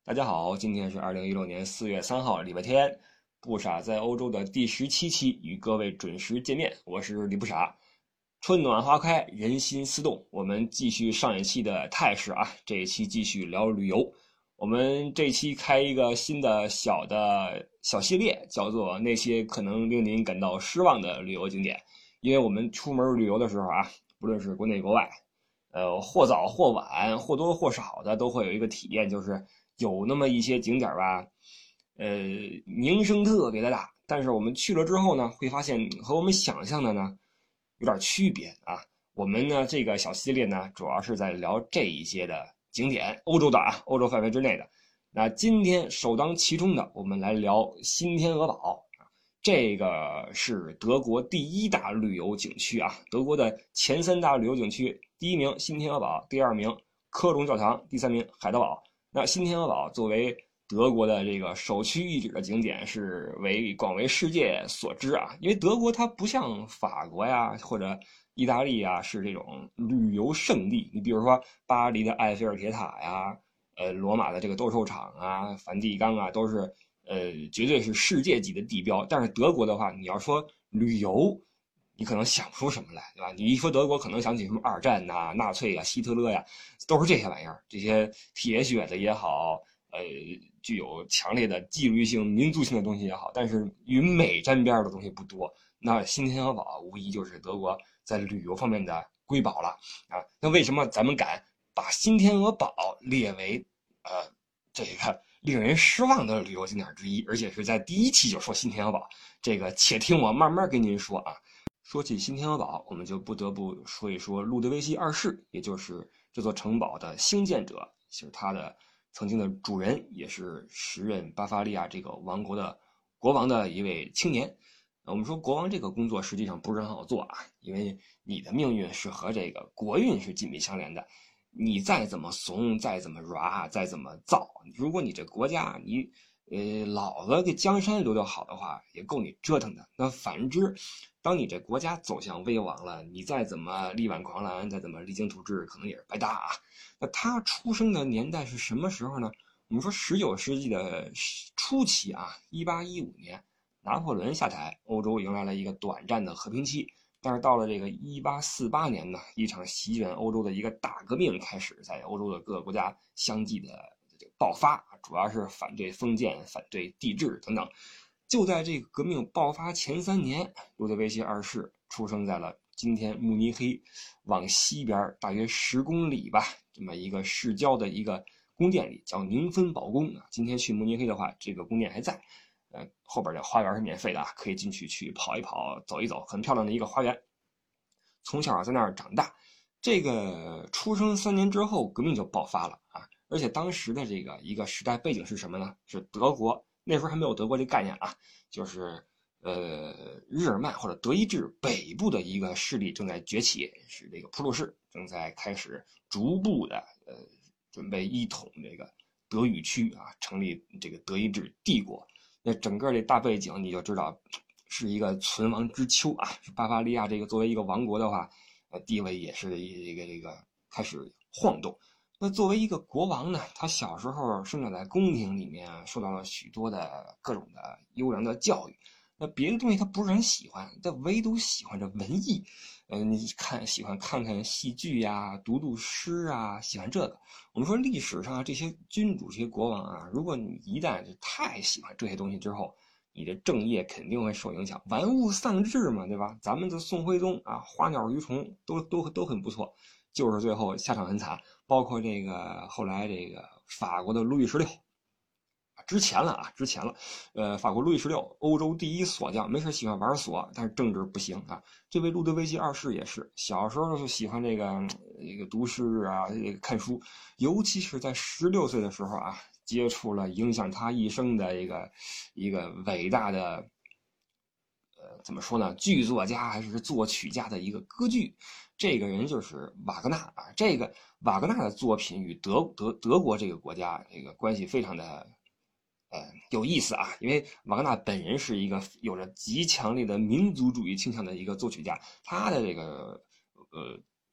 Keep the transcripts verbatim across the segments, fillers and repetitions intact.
大家好，今天是二零一六年四月三号，礼拜天。不傻在欧洲的第十七期与各位准时见面，我是李不傻。春暖花开，人心思动，我们继续上一期的态势啊，这一期继续聊旅游。我们这期开一个新的小的小系列，叫做那些可能令您感到失望的旅游景点。因为我们出门旅游的时候啊，不论是国内国外，呃，或早或晚，或多或少的都会有一个体验，就是有那么一些景点吧，呃，名声特别的大，但是我们去了之后呢，会发现和我们想象的呢有点区别啊。我们呢这个小系列呢，主要是在聊这一些的景点，欧洲的啊，欧洲范围之内的。那今天首当其冲的，我们来聊新天鹅堡。这个是德国第一大旅游景区啊，德国的前三大旅游景区，第一名新天鹅堡，第二名科隆教堂，第三名海德堡。那新天鹅堡作为德国的这个首屈一指的景点，是为广为世界所知啊。因为德国它不像法国呀或者意大利啊是这种旅游胜地，你比如说巴黎的埃菲尔铁塔呀，呃，罗马的这个斗兽场啊，梵蒂冈啊，都是呃绝对是世界级的地标。但是德国的话，你要说旅游，你可能想不出什么来，对吧？你一说德国，可能想起什么二战呐、纳粹啊、希特勒呀，都是这些玩意儿，这些铁血的也好，呃，具有强烈的纪律性、民族性的东西也好，但是与美沾边的东西不多。那新天鹅堡无疑就是德国在旅游方面的瑰宝了啊！那为什么咱们敢把新天鹅堡列为呃这个令人失望的旅游景点之一，而且是在第一期就说新天鹅堡？这个且听我慢慢跟您说啊。说起新天鹅堡，我们就不得不说一说路德维希二世，也就是这座城堡的兴建者，是他的曾经的主人，也是时任巴伐利亚这个王国的国王的一位青年。我们说国王这个工作实际上不是很好做啊，因为你的命运是和这个国运是紧密相连的。你再怎么怂，再怎么 ra， 再怎么造，如果你这国家你呃老子给江山留得好的话，也够你折腾的。那反之，当你这国家走向危亡了，你再怎么力挽狂澜，再怎么励精图治，可能也是白搭啊。那他出生的年代是什么时候呢？我们说十九世纪的初期啊，一八一五年，拿破仑下台，欧洲迎来了一个短暂的和平期。但是到了这个一八四八年呢，一场席卷欧洲的一个大革命开始在欧洲的各个国家相继的爆发，主要是反对封建、反对帝制等等。就在这个革命爆发前三年，路德维希二世出生在了今天慕尼黑往西边大约十公里吧，这么一个市郊的一个宫殿里，叫宁芬堡宫啊。今天去慕尼黑的话，这个宫殿还在。呃，后边的花园是免费的啊，可以进去去跑一跑、走一走，很漂亮的一个花园。从小在那儿长大，这个出生三年之后，革命就爆发了啊！而且当时的这个一个时代背景是什么呢？是德国，那时候还没有德国这概念啊，就是呃日耳曼或者德意志北部的一个势力正在崛起，是这个普鲁士正在开始逐步的呃准备一统这个德语区啊，成立这个德意志帝国。那整个这大背景你就知道，是一个存亡之秋啊。巴伐利亚这个作为一个王国的话，呃，地位也是这个这个开始晃动。那作为一个国王呢，他小时候生长在宫廷里面啊，受到了许多的各种的优良的教育。那别的东西他不是很喜欢，他唯独喜欢这文艺。呃，你看喜欢看看戏剧呀，读读诗啊，喜欢这个。我们说历史上这些君主、这些国王啊，如果你一旦是太喜欢这些东西之后，你的政业肯定会受影响，玩物丧志嘛，对吧？咱们的宋徽宗啊，花鸟鱼虫都都都很不错，就是最后下场很惨。包括这个后来这个法国的路易十六。之前了啊，之前了，呃，法国路易十六，欧洲第一锁匠，没事喜欢玩锁，但是政治不行啊。这位路德维希二世也是，小时候就喜欢这个这个读诗啊，这个看书，尤其是在十六岁的时候啊，接触了影响他一生的一个一个伟大的，呃，怎么说呢？剧作家还是作曲家的一个歌剧。这个人就是瓦格纳啊。这个瓦格纳的作品与德德德国这个国家这个关系非常的。呃，有意思啊，因为瓦格纳本人是一个有着极强烈的民族主义倾向的一个作曲家，他的这个呃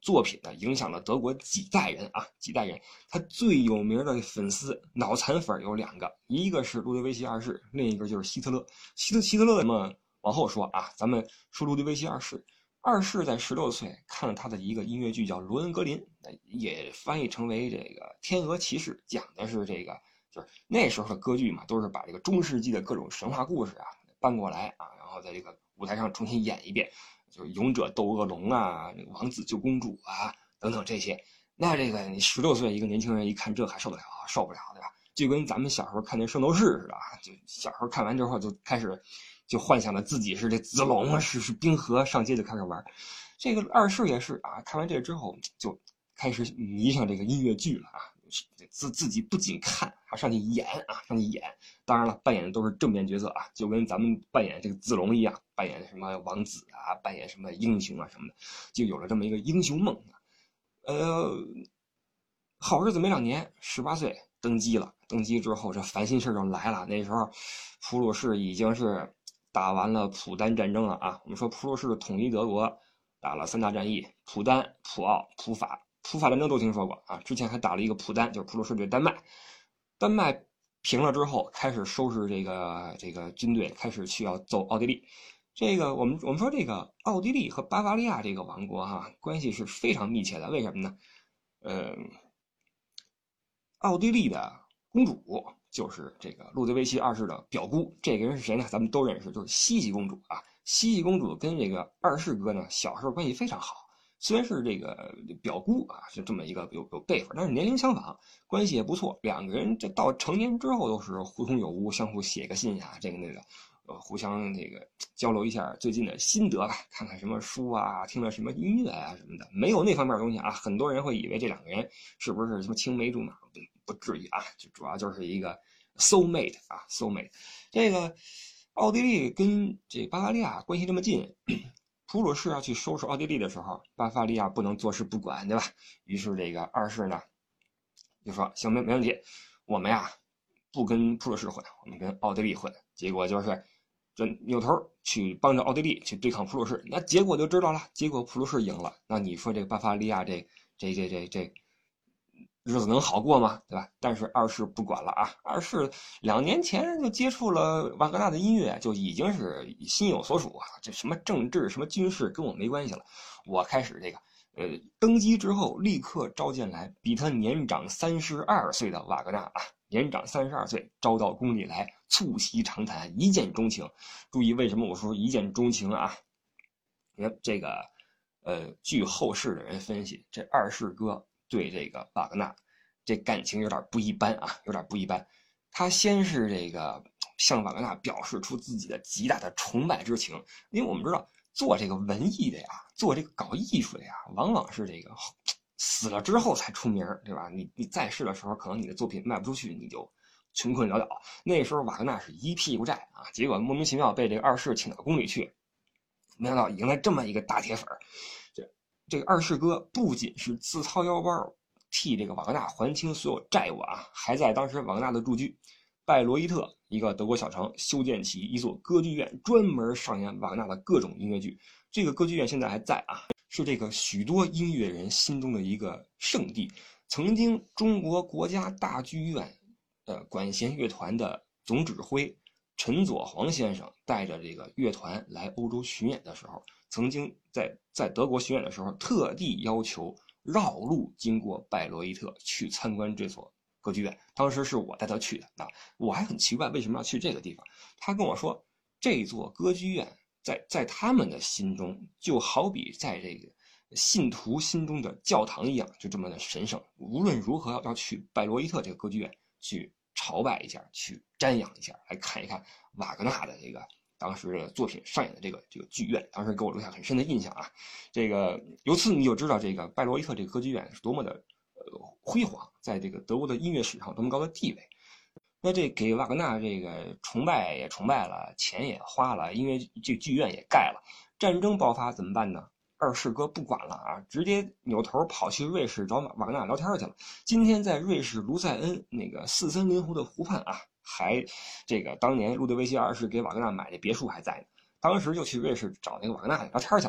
作品呢，影响了德国几代人啊，几代人。他最有名的粉丝脑残粉有两个，一个是路德维希二世，另一个就是希特勒。希特希特勒嘛，往后说啊，咱们说路德维希二世。二世在十六岁看了他的一个音乐剧叫《罗恩格林》，也翻译成为这个《天鹅骑士》，讲的是这个，就是那时候的歌剧嘛，都是把这个中世纪的各种神话故事啊搬过来啊，然后在这个舞台上重新演一遍，就是勇者斗恶龙啊，王子救公主啊等等这些。那这个你十六岁一个年轻人一看这还受得了啊？受不了，对吧？就跟咱们小时候看那《圣斗士》似的啊，就小时候看完之后就开始就幻想着自己是这子龙，是是冰河，上街就开始玩。这个二世也是啊，看完这个之后就开始迷上这个音乐剧了啊，自自己不仅看，还上去演啊，上去演。当然了，扮演的都是正面角色啊，就跟咱们扮演这个子龙一样，扮演什么王子啊，扮演什么英雄啊什么的，就有了这么一个英雄梦。呃，好日子没两年，十八岁登基了。登基之后，这烦心事就来了。那时候，普鲁士已经是打完了普丹战争了啊。我们说普鲁士统一德国，打了三大战役：普丹、普奥、普法。普法战争都听说过啊。之前还打了一个普丹，就是普鲁士对丹麦。丹麦平了之后，开始收拾这个这个军队，开始去要揍奥地利。这个我们我们说这个奥地利和巴伐利亚这个王国哈、啊、关系是非常密切的。为什么呢？呃，奥地利的公主就是这个路德维希二世的表姑，这个人是谁呢？咱们都认识，就是西西公主啊。西西公主跟这个二世哥呢，小时候关系非常好。虽然是这个表姑啊，是这么一个有有辈分，但是年龄相仿，关系也不错。两个人这到成年之后都是互通有无，相互写个信啊，这个那个，呃，互相这个交流一下最近的心得吧，看看什么书啊，听了什么音乐啊什么的。没有那方面的东西啊，很多人会以为这两个人是不是什么青梅竹马，不不至于啊，就主要就是一个 soul mate 啊 soul mate。这个奥地利跟这巴伐利亚关系这么近。普鲁士要去收拾奥地利的时候，巴伐利亚不能坐视不管，对吧？于是这个二世呢就说行，没没问题，我们呀不跟普鲁士混，我们跟奥地利混。结果就是这扭头去帮着奥地利去对抗普鲁士，那结果就知道了，结果普鲁士赢了。那你说这个巴伐利亚这这这这这日子能好过吗？对吧？但是二世不管了啊！二世两年前就接触了瓦格纳的音乐，就已经是心有所属啊。这什么政治、什么军事跟我没关系了。我开始这个，呃，登基之后立刻召见来比他年长三十二岁的瓦格纳啊，年长三十二岁，招到宫里来促膝长谈，一见钟情。注意为什么我说一见钟情啊？你看这个，呃，据后世的人分析，这二世哥对这个瓦格纳这感情有点不一般啊，有点不一般。他先是这个向瓦格纳表示出自己的极大的崇拜之情，因为我们知道做这个文艺的呀，做这个搞艺术的呀，往往是这个死了之后才出名，对吧？你你在世的时候，可能你的作品卖不出去，你就穷困潦倒。那时候瓦格纳是一屁股债啊，结果莫名其妙被这个二世请到宫里去，没想到迎来这么一个大铁粉。这这个二世哥不仅是自掏腰包替这个瓦格纳还清所有债务啊，还在当时瓦格纳的驻居拜罗伊特一个德国小城修建起一座歌剧院，专门上演瓦格纳的各种音乐剧。这个歌剧院现在还在啊，是这个许多音乐人心中的一个圣地。曾经中国国家大剧院呃管弦乐团的总指挥陈佐黄先生带着这个乐团来欧洲巡演的时候，曾经在在德国巡演的时候，特地要求绕路经过拜罗伊特去参观这所歌剧院。当时是我带他去的啊，我还很奇怪为什么要去这个地方。他跟我说，这座歌剧院在在他们的心中就好比在这个信徒心中的教堂一样，就这么的神圣。无论如何要去拜罗伊特这个歌剧院去朝拜一下，去瞻仰一下，来看一看瓦格纳的这个当时的作品上演的这个这个剧院，当时给我留下很深的印象啊。这个由此你就知道这个拜罗伊特这个歌剧院是多么的呃辉煌，在这个德国的音乐史上多么高的地位。那这给瓦格纳这个崇拜也崇拜了，钱也花了，因为这剧院也盖了。战争爆发怎么办呢？二世哥不管了啊，直接扭头跑去瑞士找瓦格纳聊天去了。今天在瑞士卢塞恩那个四森林湖的湖畔啊，还这个当年路德维希二世给瓦格纳买的别墅还在呢。当时就去瑞士找那个瓦格纳聊天去了。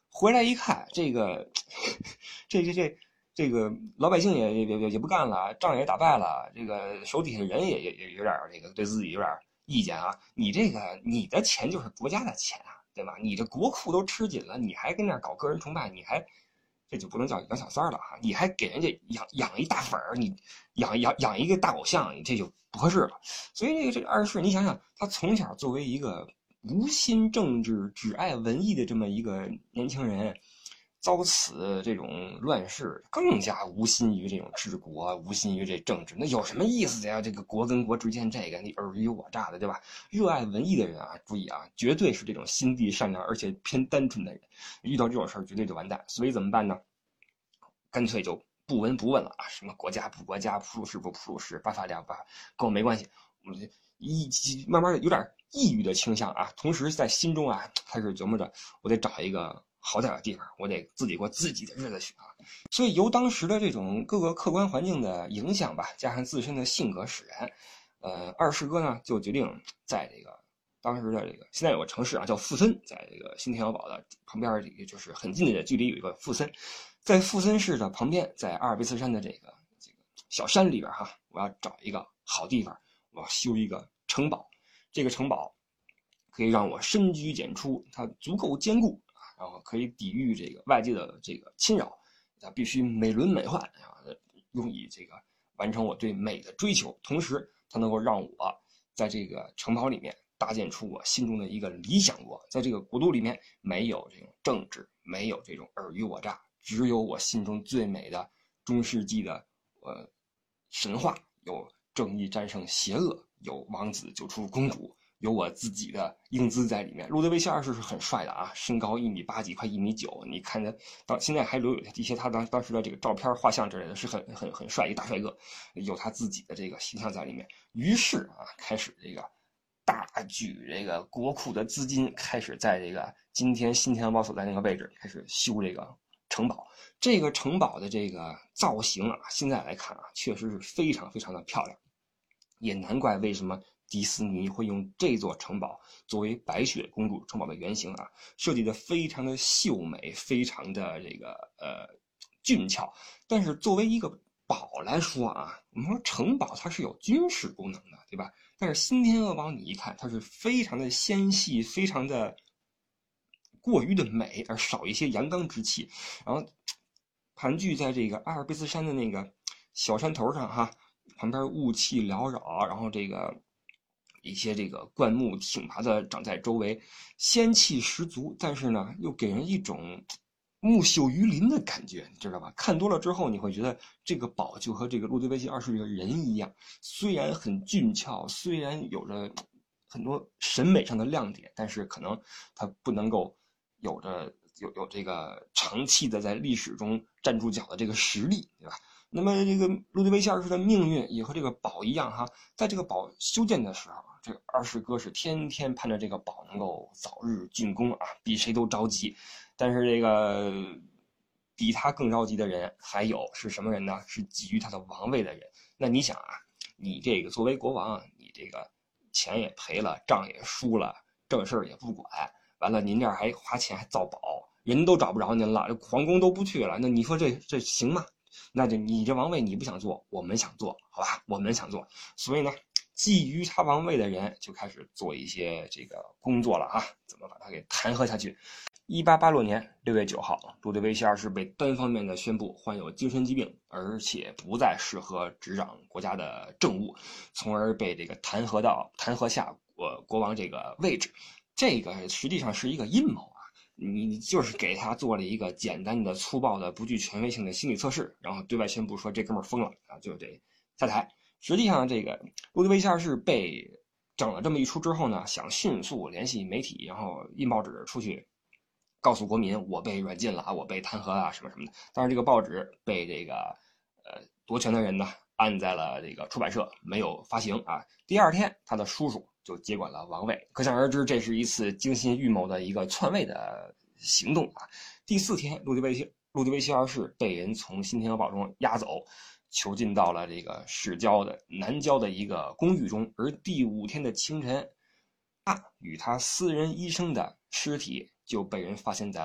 回来一看，这个这这这这个老百姓也也也也不干了，仗也打败了，这个手底下人也也也有点这个对自己有点意见啊。你这个你的钱就是国家的钱啊，对吧？你这国库都吃紧了，你还跟那搞个人崇拜，你还这就不能叫养小三了哈，你还给人家养养一大粉儿，你养养养一个大偶像，你这就不合适了。所以这个这个二世，你想想，他从小作为一个无心政治、只爱文艺的这么一个年轻人，遭此这种乱世，更加无心于这种治国，无心于这政治，那有什么意思呀？这个国跟国之间，这个你尔虞我诈的，对吧？热爱文艺的人啊，注意啊，绝对是这种心地善良而且偏单纯的人，遇到这种事儿绝对就完蛋。所以怎么办呢？干脆就不闻不问了啊！什么国家不国家，普鲁士不普鲁士，八法两法，跟我没关系。我们一慢慢的有点抑郁的倾向啊，同时在心中啊开始琢磨着，我得找一个好点的地方，我得自己过自己的日子去啊。所以由当时的这种各个客观环境的影响吧，加上自身的性格使然，呃，二世哥呢就决定在这个当时的这个现在有个城市啊叫富森，在这个新天鹅堡的旁边，也就是很近的距离有一个富森。在富森市的旁边，在阿尔卑斯山的这个这个小山里边哈，我要找一个好地方，我要修一个城堡。这个城堡可以让我深居简出，它足够坚固，然后可以抵御这个外界的这个侵扰，它必须美轮美奂啊，用以这个完成我对美的追求。同时，它能够让我在这个城堡里面搭建出我心中的一个理想国，在这个国度里面没有这种政治，没有这种尔虞我诈。只有我心中最美的中世纪的呃神话，有正义战胜邪恶，有王子救出公主，有我自己的英姿在里面。路德维希二世是很帅的啊，身高一米八几，快一米九，你看着到现在还留有一些他当当时的这个照片、画像之类的，是很很很帅一个大帅哥，有他自己的这个形象在里面。于是啊，开始这个大举这个国库的资金，开始在这个今天新天鹅堡所在那个位置开始修这个城堡。这个城堡的这个造型啊，现在来看啊，确实是非常非常的漂亮，也难怪为什么迪士尼会用这座城堡作为白雪公主城堡的原型啊，设计的非常的秀美，非常的这个呃俊俏。但是作为一个堡来说啊，我们说城堡它是有军事功能的，对吧？但是新天鹅堡你一看，它是非常的纤细，非常的过于的美，而少一些阳刚之气。然后盘踞在这个阿尔卑斯山的那个小山头上哈，旁边雾气缭绕，然后这个一些这个灌木挺拔的长在周围，仙气十足，但是呢又给人一种木秀于林的感觉，你知道吧？看多了之后，你会觉得这个堡就和这个路德维希二世这个人一样，虽然很俊俏，虽然有着很多审美上的亮点，但是可能它不能够有着有有这个长期的在历史中站住脚的这个实力，对吧？那么这个路德维希二世的命运也和这个堡一样哈，在这个堡修建的时候，这个二世哥是天天盼着这个堡能够早日竣工啊，比谁都着急。但是这个比他更着急的人还有是什么人呢？是觊觎他的王位的人。那你想啊，你这个作为国王，你这个钱也赔了，仗也输了，正事也不管，完了您这儿还花钱还造堡，人都找不着您了，皇宫都不去了，那你说这这行吗？那就你这王位你不想做，我们想做，好吧？我们想做，所以呢，觊觎他王位的人就开始做一些这个工作了啊，怎么把他给弹劾下去？一八八六年六月九号，路德维希二世被单方面的宣布患有精神疾病，而且不再适合执掌国家的政务，从而被这个弹劾到弹劾下国国王这个位置。这个实际上是一个阴谋啊！你就是给他做了一个简单的、粗暴的、不具权威性的心理测试，然后对外宣布说这哥们儿疯了啊，就得下台。实际上，这个路德维希二世被整了这么一出之后呢，想迅速联系媒体，然后印报纸出去告诉国民我被软禁了啊，我被弹劾啊，什么什么的。但是这个报纸被这个呃夺权的人呢按在了这个出版社，没有发行啊。第二天，他的叔叔就接管了王位，可想而知，这是一次精心预谋的一个篡位的行动啊。第四天，路德维希路德维希二世被人从新天鹅堡中押走，囚禁到了这个市郊的南郊的一个公寓中。而第五天的清晨，他与他私人医生的尸体就被人发现在了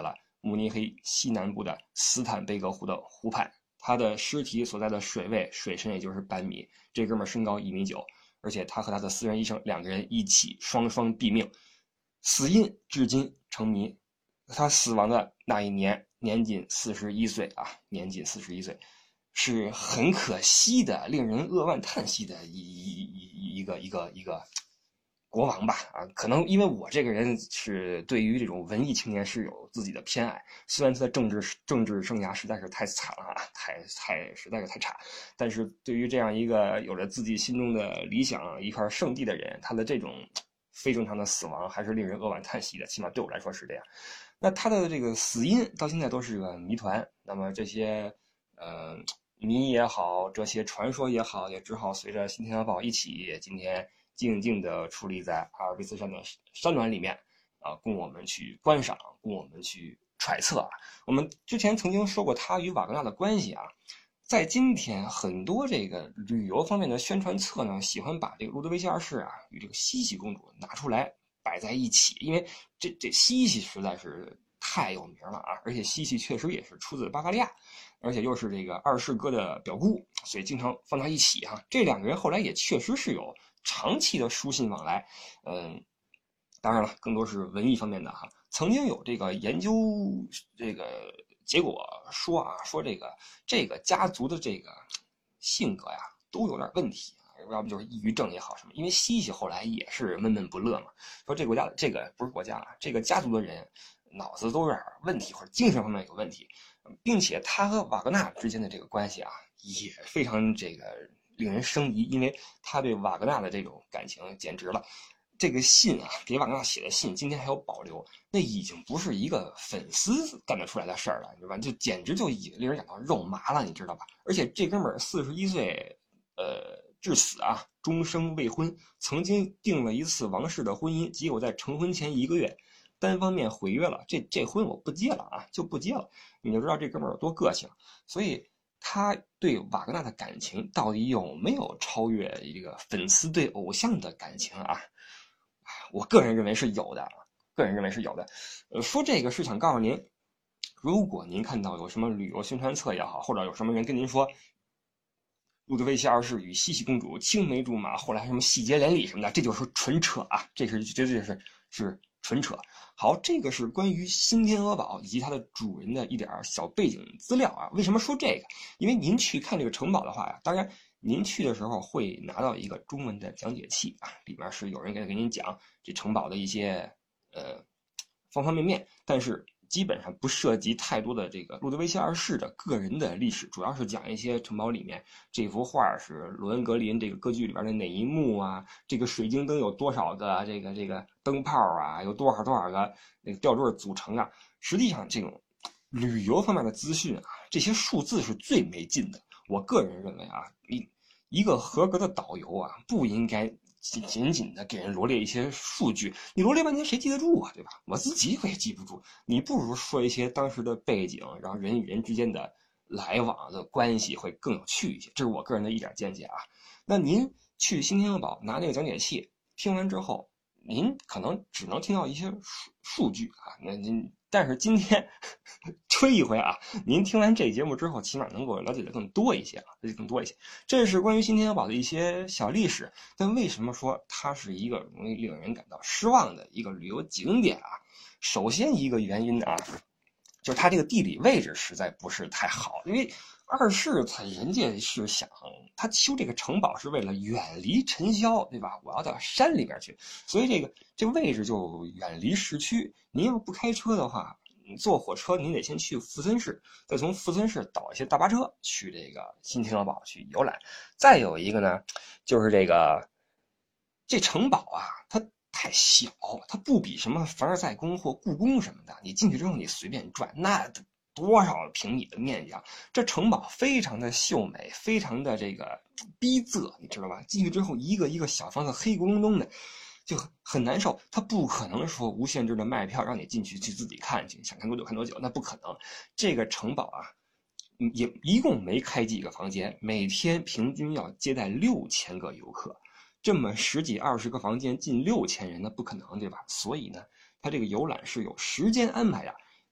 慕尼黑西南部的斯坦贝格湖的湖畔。他的尸体所在的水位水深也就是半米，这哥们身高一米九，而且他和他的私人医生两个人一起双双毙命，死因至今成谜。他死亡的那一年年仅四十一岁啊，年仅四十一岁，是很可惜的，令人扼腕叹息的一一一一个一个一个国王吧啊，可能因为我这个人是对于这种文艺青年是有自己的偏爱，虽然他的政治政治生涯实在是太惨了啊，太太实在是太差，但是对于这样一个有着自己心中的理想一块圣地的人，他的这种非正常的死亡还是令人扼腕叹息的，起码对我来说是这样。那他的这个死因到现在都是个谜团，那么这些呃谜也好，这些传说也好，也只好随着《新天鹅堡》一起今天静静地矗立在阿尔卑斯山的山峦里面啊，供我们去观赏，供我们去揣测啊。我们之前曾经说过他与瓦格纳的关系啊，在今天很多这个旅游方面的宣传册呢，喜欢把这个路德维希二世啊与这个茜茜公主拿出来摆在一起，因为这这茜茜实在是太有名了啊，而且茜茜确实也是出自巴伐利亚，而且又是这个二世哥的表姑，所以经常放在一起哈、啊。这两个人后来也确实是有长期的书信往来，嗯，当然了，更多是文艺方面的哈。曾经有这个研究这个结果说啊，说这个这个家族的这个性格呀都有点问题。要不就是抑郁症也好什么，因为茜茜后来也是闷闷不乐嘛，说这个国家这个不是国家啊，这个家族的人脑子都有点问题，或者精神方面有问题，并且他和瓦格纳之间的这个关系啊也非常这个令人生疑，因为他对瓦格纳的这种感情简直了。这个信啊，给瓦格纳写的信，今天还有保留，那已经不是一个粉丝干得出来的事儿了，你知道吧？就简直就已经令人感到肉麻了，你知道吧？而且这哥们儿四十一岁，呃。至死啊，终生未婚，曾经订了一次王室的婚姻，结果在成婚前一个月，单方面毁约了。这这婚我不结了啊，就不结了。你就知道这哥们儿有多个性。所以他对瓦格纳的感情到底有没有超越一个粉丝对偶像的感情啊？我个人认为是有的，个人认为是有的。呃，说这个是想告诉您，如果您看到有什么旅游宣传册也好，或者有什么人跟您说。路德维希二世与茜茜公主青梅竹马，后来什么喜结连理什么的，这就是纯扯啊！这是绝对是是纯扯。好，这个是关于新天鹅堡以及它的主人的一点小背景资料啊。为什么说这个？因为您去看这个城堡的话呀，当然您去的时候会拿到一个中文的讲解器啊，里面是有人给给您讲这城堡的一些呃方方面面，但是。基本上不涉及太多的这个路德维希二世的个人的历史，主要是讲一些城堡里面这幅画是罗恩格林这个歌剧里边的哪一幕啊，这个水晶灯有多少个这个这个灯泡啊，有多少多少个那个吊坠组成啊。实际上这种旅游方面的资讯啊，这些数字是最没劲的。我个人认为啊，你一个合格的导游啊，不应该紧紧的给人罗列一些数据，你罗列半天谁记得住啊，对吧？我自己我也记不住。你不如说一些当时的背景，然后人与人之间的来往的关系会更有趣一些。这是我个人的一点见解啊。那您去新天鹅堡拿那个讲解器，听完之后，您可能只能听到一些数数据啊。那您但是今天吹一回啊，您听完这节目之后，起码能够了解的更多一些啊，了解更多一些。这是关于新天鹅堡的一些小历史。但为什么说它是一个容易令人感到失望的一个旅游景点啊？首先一个原因啊，就是它这个地理位置实在不是太好，因为二世他人家是想他修这个城堡是为了远离尘嚣，对吧？我要到山里边去，所以这个这个位置就远离市区。您要不开车的话，坐火车您得先去富森市，再从富森市倒一些大巴车去这个新天鹅堡去游览。再有一个呢，就是这个这城堡啊，它太小，它不比什么凡尔赛宫或故宫什么的。你进去之后，你随便转，那多少平米的面积啊！这城堡非常的秀美，非常的这个逼仄，你知道吧？进去之后，一个一个小房子黑咕隆咚的，就很难受。它不可能说无限制的卖票让你进去去自己看去，想看多久看多久，那不可能。这个城堡啊，也一共没开几个房间，每天平均要接待六千个游客。这么十几二十个房间，近六千人，那不可能，对吧？所以呢，它这个游览是有时间安排的。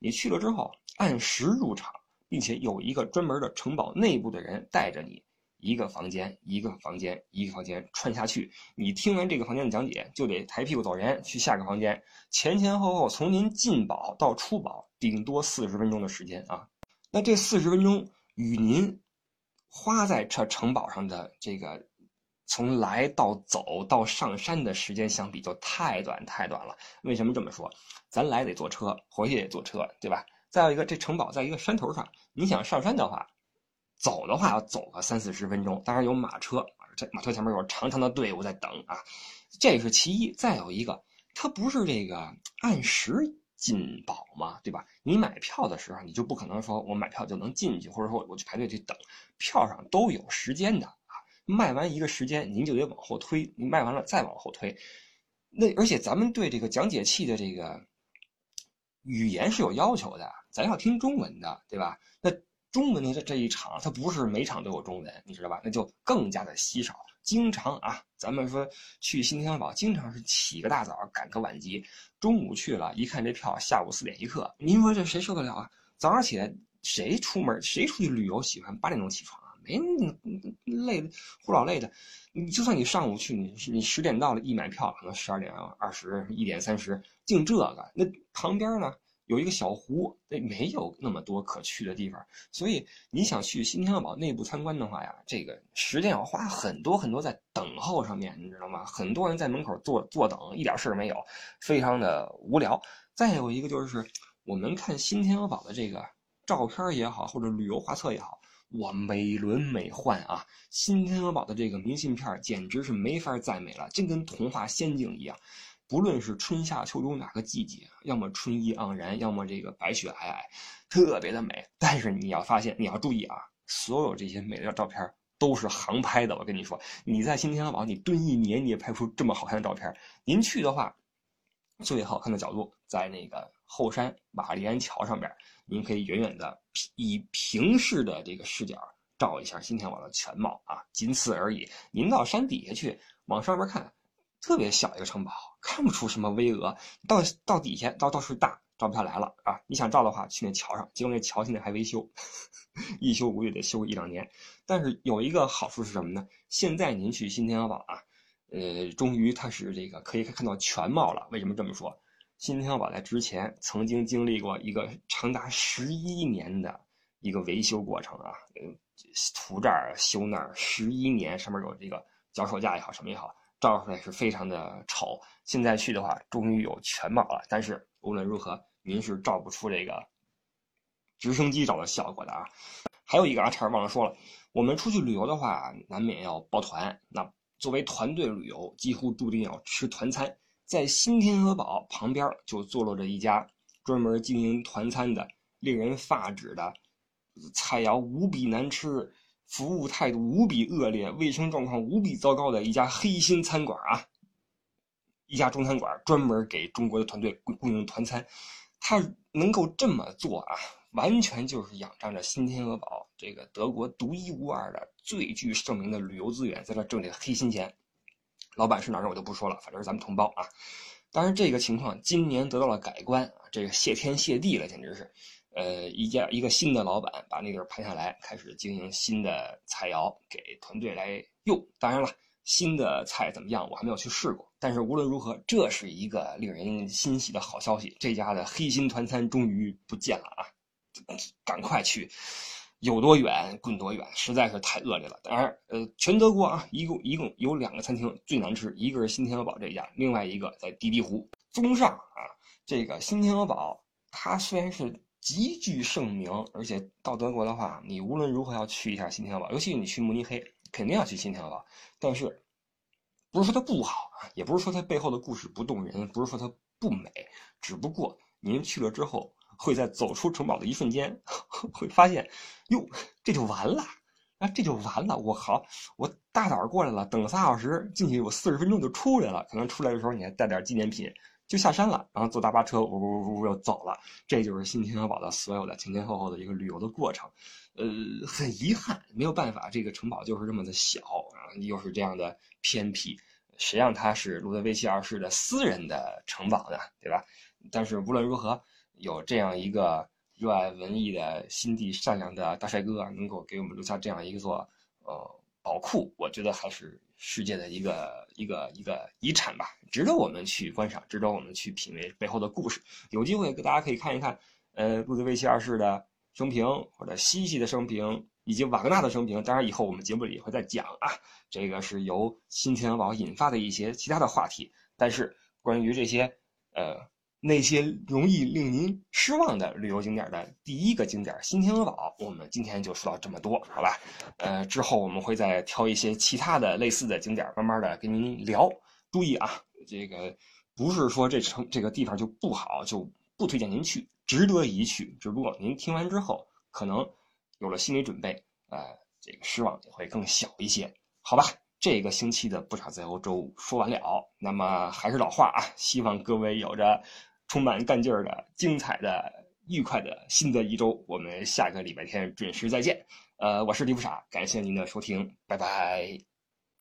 你去了之后按时入场，并且有一个专门的城堡内部的人带着你，一个房间一个房间一个房间穿下去，你听完这个房间的讲解就得抬屁股走人去下个房间，前前后后从您进堡到出堡顶多四十分钟的时间啊。那这四十分钟与您花在这城堡上的这个从来到走到上山的时间相比就太短太短了。为什么这么说？咱来得坐车，回去也坐车，对吧？再有一个，这城堡在一个山头上，你想上山的话，走的话要走个三四十分钟，当然有马车，这马车前面有长长的队伍在等啊，这是其一。再有一个，它不是这个按时进堡嘛，对吧？你买票的时候，你就不可能说我买票就能进去，或者说我去排队去等，票上都有时间的啊。卖完一个时间，您就得往后推，您卖完了再往后推。那而且咱们对这个讲解器的这个语言是有要求的，咱要听中文的，对吧？那中文的这一场，它不是每场都有中文，你知道吧？那就更加的稀少。经常啊，咱们说去新天鹅堡，经常是起个大早赶个晚集，中午去了，一看这票下午四点一刻，您说这谁受得了啊？早上起来谁出门谁出去旅游喜欢八点钟起床啊？没累的胡老累的。你就算你上午去，你你十点到了，一买票可能十二点二十一点三十，净这个。那旁边呢有一个小湖，那没有那么多可去的地方，所以你想去新天鹅堡内部参观的话呀，这个时间要花很多很多在等候上面，你知道吗？很多人在门口坐坐等，一点事儿没有，非常的无聊。再有一个就是我们看新天鹅堡的这个照片也好，或者旅游画册也好，哇，美轮美奂啊！新天鹅堡的这个明信片简直是没法再美了，真跟童话仙境一样。不论是春夏秋冬哪个季节，要么春意盎然，要么这个白雪皑皑，特别的美。但是你要发现，你要注意啊，所有这些美的照片都是航拍的。我跟你说，你在新天鹅堡，你蹲一年你也拍不出这么好看的照片。您去的话，最好看的角度在那个后山玛丽安桥上边，您可以远远的以平视的这个视角照一下新天鹅堡的全貌啊，仅此而已。您到山底下去往上面看，特别小一个城堡，看不出什么巍峨。到到底下到到处大，照不下来了啊！你想照的话，去那桥上，结果那桥现在还维修，一修估计得修一两年。但是有一个好处是什么呢？现在您去新天鹅堡啊，呃，终于它是这个可以看到全貌了。为什么这么说？新天鹅堡在之前曾经经历过一个长达十一年的一个维修过程啊，呃，涂这儿修那儿，十一年，上面有这个脚手架也好，什么也好。照出来是非常的丑，现在去的话终于有全貌了，但是无论如何您是照不出这个直升机照的效果的啊。还有一个啊，差点忘了说了，我们出去旅游的话难免要包团，那作为团队旅游几乎注定要吃团餐。在新天鹅堡旁边就坐落着一家专门经营团餐的，令人发指的，菜肴无比难吃，服务态度无比恶劣，卫生状况无比糟糕的一家黑心餐馆啊，一家中餐馆专门给中国的团队供应团餐。他能够这么做啊，完全就是仰仗着新天鹅堡这个德国独一无二的最具盛名的旅游资源，在这挣这个黑心钱。老板是哪人我就不说了，反正是咱们同胞啊。当然这个情况今年得到了改观啊，这个谢天谢地了，简直是。呃，一家一个新的老板把那地儿盘下来，开始经营新的菜肴给团队来用。当然了，新的菜怎么样，我还没有去试过。但是无论如何，这是一个令人欣喜的好消息。这家的黑心团餐终于不见了啊！赶快去，有多远滚多远，实在是太恶劣了。当然，呃，全德国啊，一共一共有两个餐厅最难吃，一个是新天鹅堡这家，另外一个在滴滴湖。综上啊，这个新天鹅堡它虽然是极具盛名，而且到德国的话，你无论如何要去一下新天鹅堡，尤其你去慕尼黑，肯定要去新天鹅堡。但是，不是说它不好啊，也不是说它背后的故事不动人，不是说它不美，只不过您去了之后，会在走出城堡的一瞬间，会发现，哟，这就完了啊，这就完了。我好，我大早过来了，等了仨小时，进去我四十分钟就出来了，可能出来的时候你还带点纪念品。就下山了，然后坐大巴车呜呜呜又走了。这就是新天鹅堡的所有的前前后后的一个旅游的过程。呃，很遗憾，没有办法，这个城堡就是这么的小啊，又是这样的偏僻，谁让它是路德维希二世的私人的城堡呢，对吧？但是无论如何， 有这样一个热爱文艺的心地善良的大帅哥，能够给我们留下这样一座呃宝库，我觉得还是世界的一个一个一个遗产吧，值得我们去观赏，值得我们去品味背后的故事。有机会大家可以看一看，呃，路德维希二世的生平，或者西西的生平，以及瓦格纳的生平。当然，以后我们节目里也会再讲啊，这个是由新天鹅堡引发的一些其他的话题。但是关于这些呃那些容易令您失望的旅游景点的第一个景点新天鹅堡，我们今天就说到这么多，好吧？呃，之后我们会再挑一些其他的类似的景点，慢慢的跟您聊。注意啊，这个不是说这城这个地方就不好，就不推荐您去，值得一去。只不过您听完之后，可能有了心理准备，呃，这个失望也会更小一些，好吧？这个星期的不傻在欧洲说完了，那么还是老话啊，希望各位有着充满干劲儿的、精彩的、愉快的新的一周。我们下个礼拜天准时再见。呃，我是李不傻，感谢您的收听，拜拜。